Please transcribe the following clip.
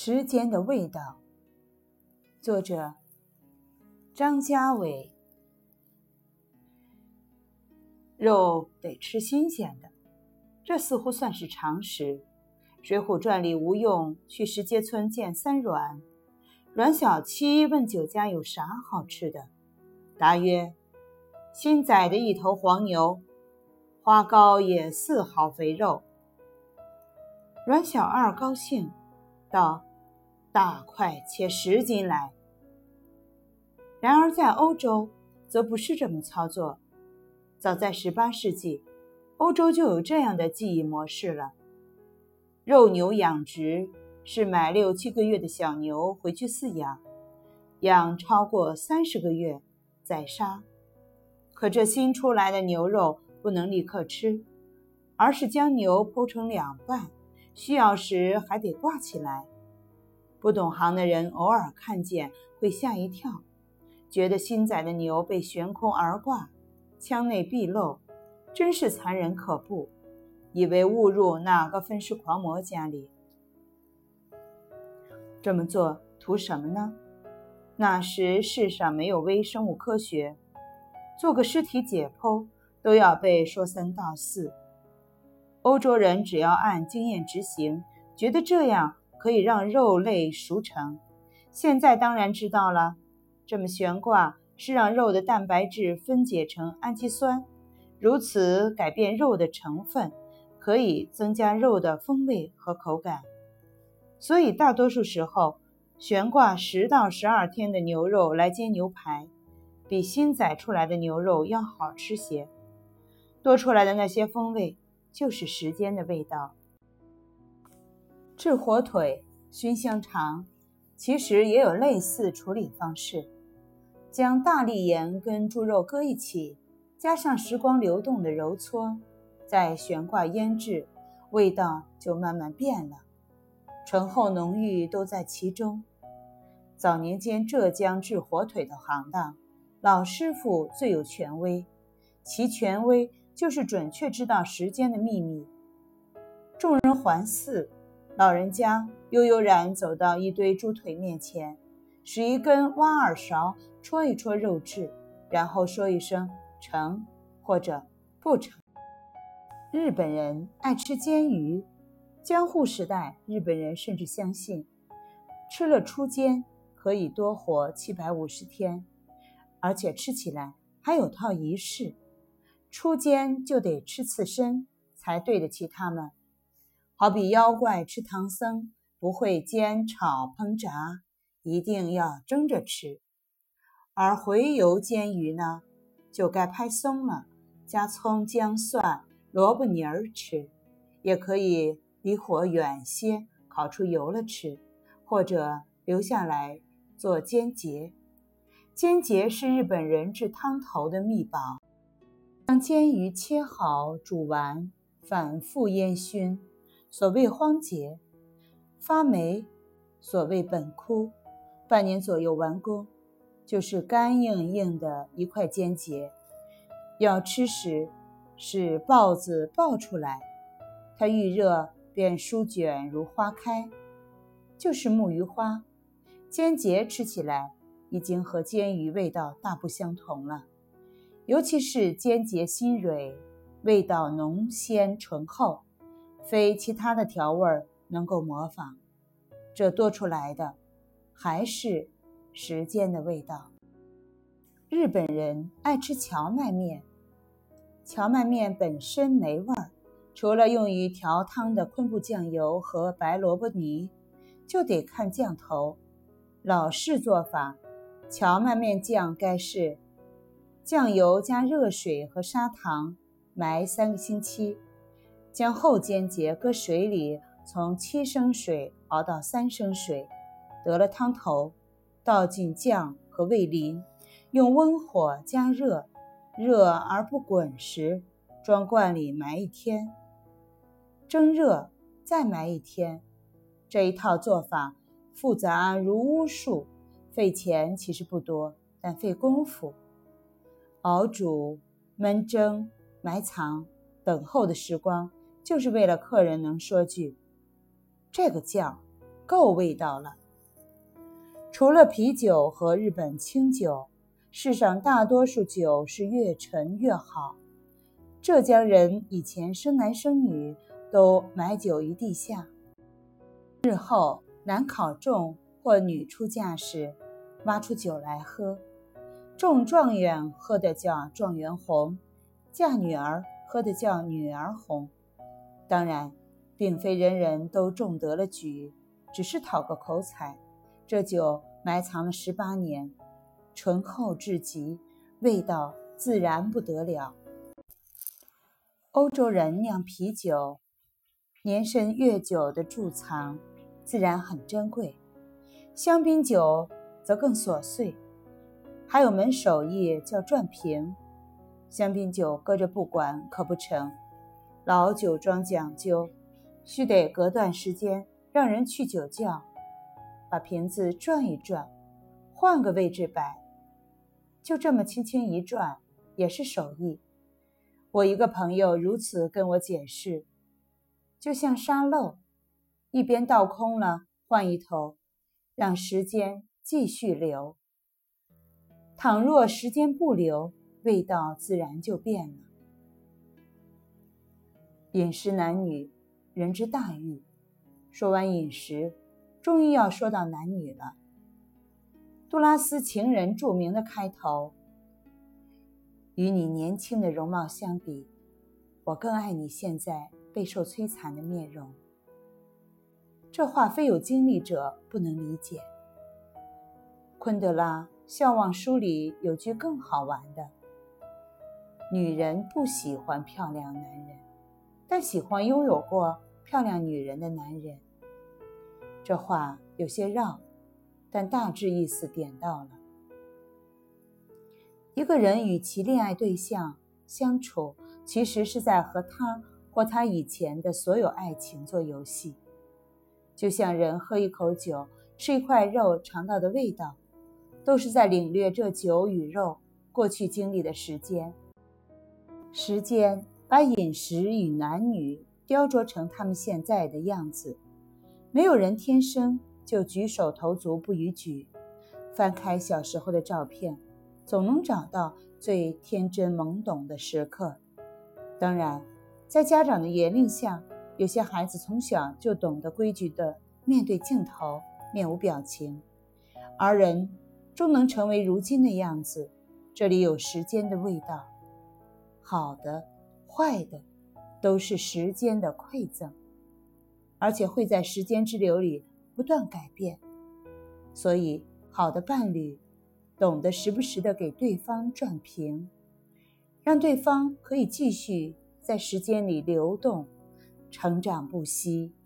时间的味道，作者张家伟。肉得吃新鲜的，这似乎算是常识。水浒传里吴用去石碣村见三阮，阮小七问酒家有啥好吃的，答曰：新宰的一头黄牛，花膏也4毫肥肉。阮小二高兴道：大块切10斤来。然而在欧洲则不是这么操作，早在18世纪，欧洲就有这样的技艺模式了。肉牛养殖是买6、7个月的小牛回去饲养，养超过30个月再杀。可这新出来的牛肉不能立刻吃，而是将牛剖成2半，需要时还得挂起来。不懂行的人偶尔看见会吓一跳，觉得新宰的牛被悬空而挂，腔内毕露，真是残忍可怖，以为误入哪个分尸狂魔家里。这么做图什么呢？那时世上没有微生物科学，做个尸体解剖都要被说3道4。欧洲人只要按经验执行，觉得这样可以让肉类熟成。现在当然知道了，这么悬挂是让肉的蛋白质分解成氨基酸，如此改变肉的成分，可以增加肉的风味和口感。所以大多数时候，悬挂10到12天的牛肉来煎牛排，比新宰出来的牛肉要好吃些。多出来的那些风味就是时间的味道。制火腿、熏香肠其实也有类似处理方式，将大粒盐跟猪肉搁一起，加上时光流动的揉搓，再悬挂腌制，味道就慢慢变了，醇厚浓郁都在其中。早年间浙江制火腿的行当，老师傅最有权威，其权威就是准确知道时间的秘密。众人环伺，老人家悠悠然走到一堆猪腿面前，使一根挖耳勺戳一戳肉质，然后说一声成或者不成。日本人爱吃煎鱼，江户时代日本人甚至相信吃了初煎可以多活750天，而且吃起来还有套仪式，初煎就得吃刺身才对得起他们。好比妖怪吃唐僧不会煎炒烹炸，一定要蒸着吃。而回油煎鱼呢，就该拍松了，加葱姜蒜萝卜泥儿吃，也可以离火远些烤出油了吃，或者留下来做煎节。煎节是日本人制汤头的秘宝，将煎鱼切好煮完，反复烟熏，所谓荒节；发霉，所谓本枯，半年左右完工，就是干硬硬的一块煎节。要吃时是刨子刨出来，它遇热便舒卷如花开，就是木鱼花。煎节吃起来已经和煎鱼味道大不相同了，尤其是煎节新蕊，味道浓鲜醇厚，非其他的调味能够模仿。这多出来的还是时间的味道。日本人爱吃荞麦面，荞麦面本身没味儿，除了用于调汤的昆布酱油和白萝卜泥，就得看酱头。老式做法，荞麦面酱该是酱油加热水和砂糖埋3个星期，将厚煎节搁水里从7升水熬到3升水，得了汤头，倒进酱和味淋，用温火加热，热而不滚时装罐里埋1天，蒸热再埋1天。这一套做法复杂如巫术，费钱其实不多，但费功夫。熬煮、焖蒸、埋藏、等候的时光，就是为了客人能说句这个酱够味道了。除了啤酒和日本清酒，世上大多数酒是越陈越好。浙江人以前生男生女都买酒于地下，日后男考中或女出嫁时，挖出酒来喝。中状元喝的叫状元红，嫁女儿喝的叫女儿红。当然，并非人人都中得了举，只是讨个口彩。这酒埋藏了18年，醇厚至极，味道自然不得了。欧洲人酿啤酒，年深越久的贮藏，自然很珍贵。香槟酒则更琐碎，还有门手艺叫转瓶。香槟酒搁着不管可不成，老酒庄讲究，须得隔段时间让人去酒窖，把瓶子转一转，换个位置摆，就这么轻轻一转，也是手艺。我一个朋友如此跟我解释，就像沙漏，一边倒空了换一头，让时间继续流。倘若时间不流，味道自然就变了。饮食男女，人之大欲。说完饮食，终于要说到男女了。杜拉斯情人著名的开头，与你年轻的容貌相比，我更爱你现在备受摧残的面容。这话非有经历者不能理解。昆德拉《笑忘书》里有句更好玩的：女人不喜欢漂亮男人，但喜欢拥有过漂亮女人的男人。这话有些绕，但大致意思点到了。一个人与其恋爱对象相处，其实是在和他或他以前的所有爱情做游戏。就像人喝一口酒，吃一块肉，尝到的味道，都是在领略这酒与肉过去经历的时间。时间把饮食与男女雕琢成他们现在的样子。没有人天生就举手投足不逾矩，翻开小时候的照片，总能找到最天真懵懂的时刻。当然，在家长的严令下，有些孩子从小就懂得规矩地面对镜头，面无表情，而人终能成为如今的样子，这里有时间的味道。好的、坏的，都是时间的馈赠，而且会在时间之流里不断改变。所以，好的伴侣懂得时不时地给对方转平，让对方可以继续在时间里流动，成长不息。